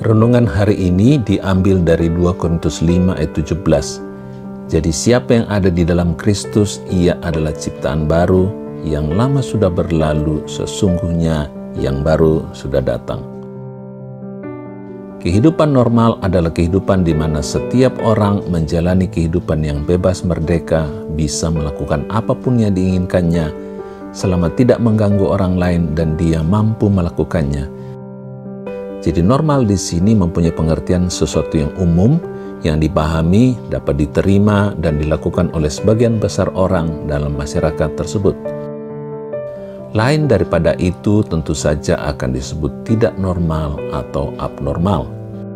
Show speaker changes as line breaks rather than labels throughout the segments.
Renungan hari ini diambil dari 2 Korintus 5 ayat 17. Jadi siapa yang ada di dalam Kristus, ia adalah ciptaan baru, yang lama sudah berlalu, sesungguhnya yang baru sudah datang. Kehidupan normal adalah kehidupan di mana setiap orang menjalani kehidupan yang bebas merdeka, bisa melakukan apapun yang diinginkannya, selama tidak mengganggu orang lain dan dia mampu melakukannya. Jadi normal di sini mempunyai pengertian sesuatu yang umum, yang dipahami, dapat diterima, dan dilakukan oleh sebagian besar orang dalam masyarakat tersebut. Lain daripada itu tentu saja akan disebut tidak normal atau abnormal.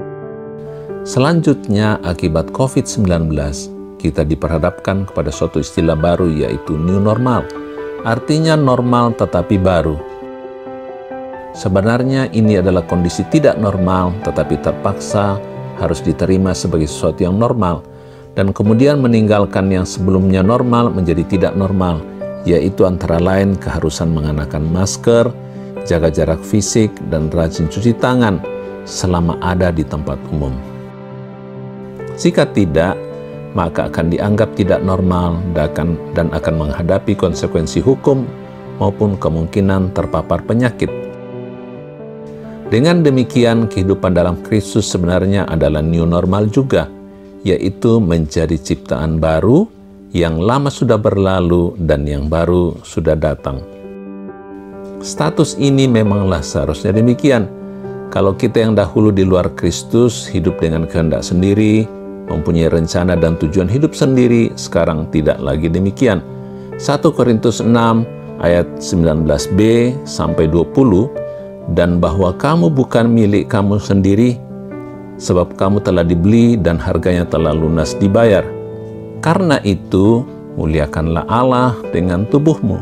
Selanjutnya, akibat COVID-19, kita diperhadapkan kepada suatu istilah baru, yaitu new normal. Artinya normal tetapi baru. Sebenarnya ini adalah kondisi tidak normal, tetapi terpaksa harus diterima sebagai sesuatu yang normal, dan kemudian meninggalkan yang sebelumnya normal menjadi tidak normal, yaitu antara lain keharusan mengenakan masker, jaga jarak fisik, dan rajin cuci tangan selama ada di tempat umum. Jika tidak, maka akan dianggap tidak normal dan akan menghadapi konsekuensi hukum maupun kemungkinan terpapar penyakit. Dengan demikian, kehidupan dalam Kristus sebenarnya adalah new normal juga, yaitu menjadi ciptaan baru, yang lama sudah berlalu dan yang baru sudah datang. Status ini memanglah seharusnya demikian. Kalau kita yang dahulu di luar Kristus, hidup dengan kehendak sendiri, mempunyai rencana dan tujuan hidup sendiri, sekarang tidak lagi demikian. 1 Korintus 6 ayat 19b sampai 20, dan bahwa kamu bukan milik kamu sendiri, sebab kamu telah dibeli dan harganya telah lunas dibayar. Karena itu, muliakanlah Allah dengan tubuhmu.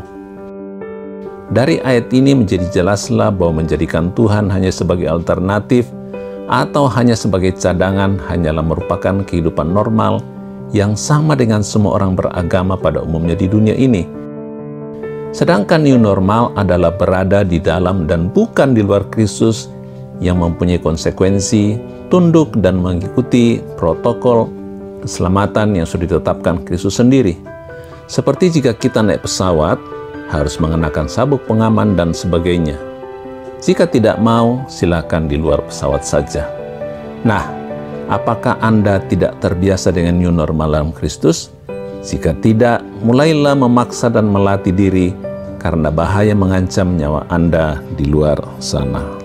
Dari ayat ini menjadi jelaslah bahwa menjadikan Tuhan hanya sebagai alternatif atau hanya sebagai cadangan hanyalah merupakan kehidupan normal yang sama dengan semua orang beragama pada umumnya di dunia ini. Sedangkan new normal adalah berada di dalam dan bukan di luar Kristus, yang mempunyai konsekuensi, tunduk dan mengikuti protokol keselamatan yang sudah ditetapkan Kristus sendiri. Seperti jika kita naik pesawat, harus mengenakan sabuk pengaman dan sebagainya. Jika tidak mau, silakan di luar pesawat saja. Nah, apakah Anda tidak terbiasa dengan new normal dalam Kristus? Jika tidak, mulailah memaksa dan melatih diri, karena bahaya mengancam nyawa Anda di luar sana.